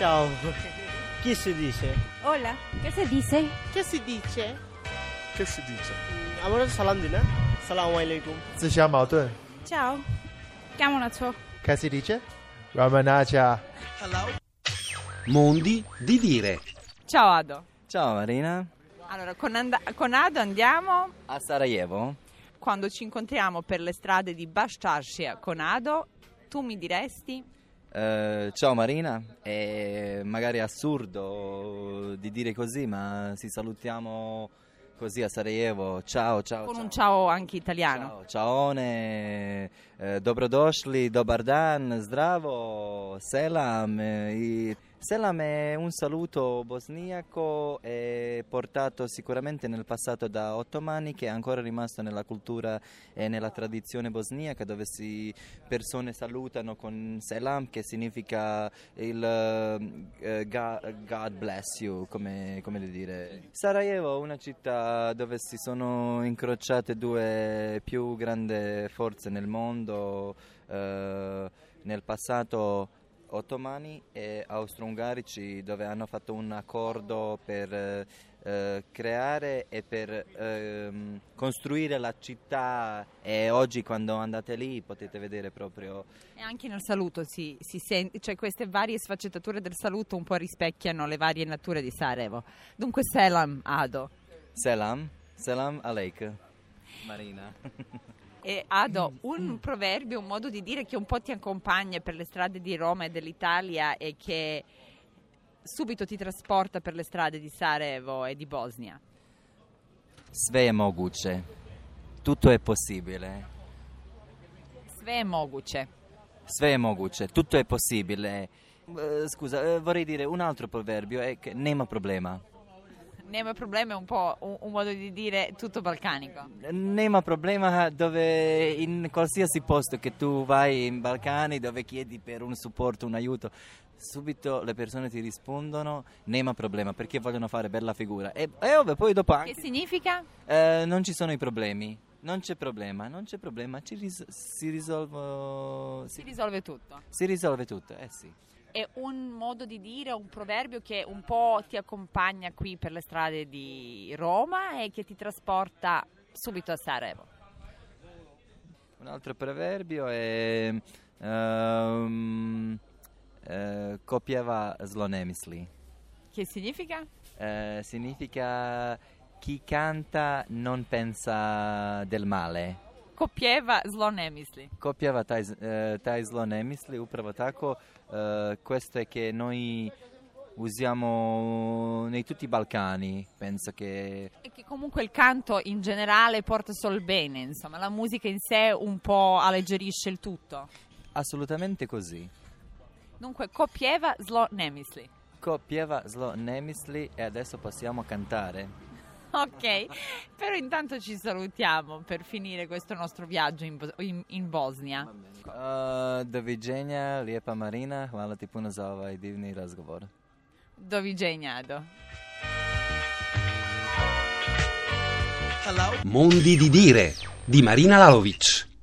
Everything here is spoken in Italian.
Ciao. Chi si dice? Hola, ¿qué se dice? ¿Qué se dice? ¿Qué se dice? আমরা তো সালাম দিই না আসসালামু আলাইকুম 自相矛盾 Ciao, কেমন আছো? Che si dice? Ramanaja. Mondi di dire. Ciao Ado. Ciao Marina. Allora, con Ado andiamo A Sarajevo. quando ci incontriamo per le strade di Bashtascia con Ado. Tu mi diresti? Ciao Marina. È magari assurdo di dire così, ma ci salutiamo così a Sarajevo. Ciao, ciao. Con ciao. un ciao anche italiano. Ciao, ciaone, dobrodošli, dobar dan, zdravo, selam. Selam è un saluto bosniaco portato sicuramente nel passato da ottomani, che è ancora rimasto nella cultura e nella tradizione bosniaca, dove persone salutano con selam, che significa God bless you, come dire. Sarajevo è una città dove si sono incrociate due più grandi forze nel mondo, nel passato ottomani e austro-ungarici, dove hanno fatto un accordo per creare e per costruire la città, e oggi quando andate lì potete vedere proprio. E anche nel saluto si sente, cioè queste varie sfaccettature del saluto un po' rispecchiano le varie nature di Sarajevo. Dunque selam Ado. Selam aleik, Marina. E Ado, un proverbio, un modo di dire che un po' ti accompagna per le strade di Roma e dell'Italia e che subito ti trasporta per le strade di Sarajevo e di Bosnia. Sve je moguće. Tutto è possibile. Sve je moguće. Sve je moguće. Tutto è possibile. Scusa, vorrei dire un altro proverbio, è che nema problema. Nema problema è un po' un modo di dire tutto balcanico. Nema problema, dove in qualsiasi posto che tu vai in Balcani, dove chiedi per un supporto, un aiuto, subito le persone ti rispondono nema problema, perché vogliono fare bella figura. E ovvio, poi dopo anche... Che significa? Non ci sono i problemi. Non c'è problema, si risolve tutto. Si risolve tutto, sì. È un modo di dire, un proverbio che un po' ti accompagna qui per le strade di Roma e che ti trasporta subito a Sarajevo. Un altro proverbio è Kopjeva zlo ne misli. Che significa? Significa chi canta non pensa del male. Kopjeva zlo ne misli. Kopjeva taj zlo ne misli, upravo tako. Questo è che noi usiamo nei tutti i Balcani, penso che... E che comunque il canto in generale porta solo il bene, insomma, la musica in sé un po' alleggerisce il tutto. Assolutamente così. Dunque, Kopjeva zlo ne misli. Kopjeva zlo ne misli, e adesso possiamo cantare. Ok, però intanto ci salutiamo per finire questo nostro viaggio in Bosnia. Doviđenja, lijepa Marina, hvala ti puno za ovaj divni razgovor. Doviđenja, Ado. Mondi di dire di Marina Lalovic.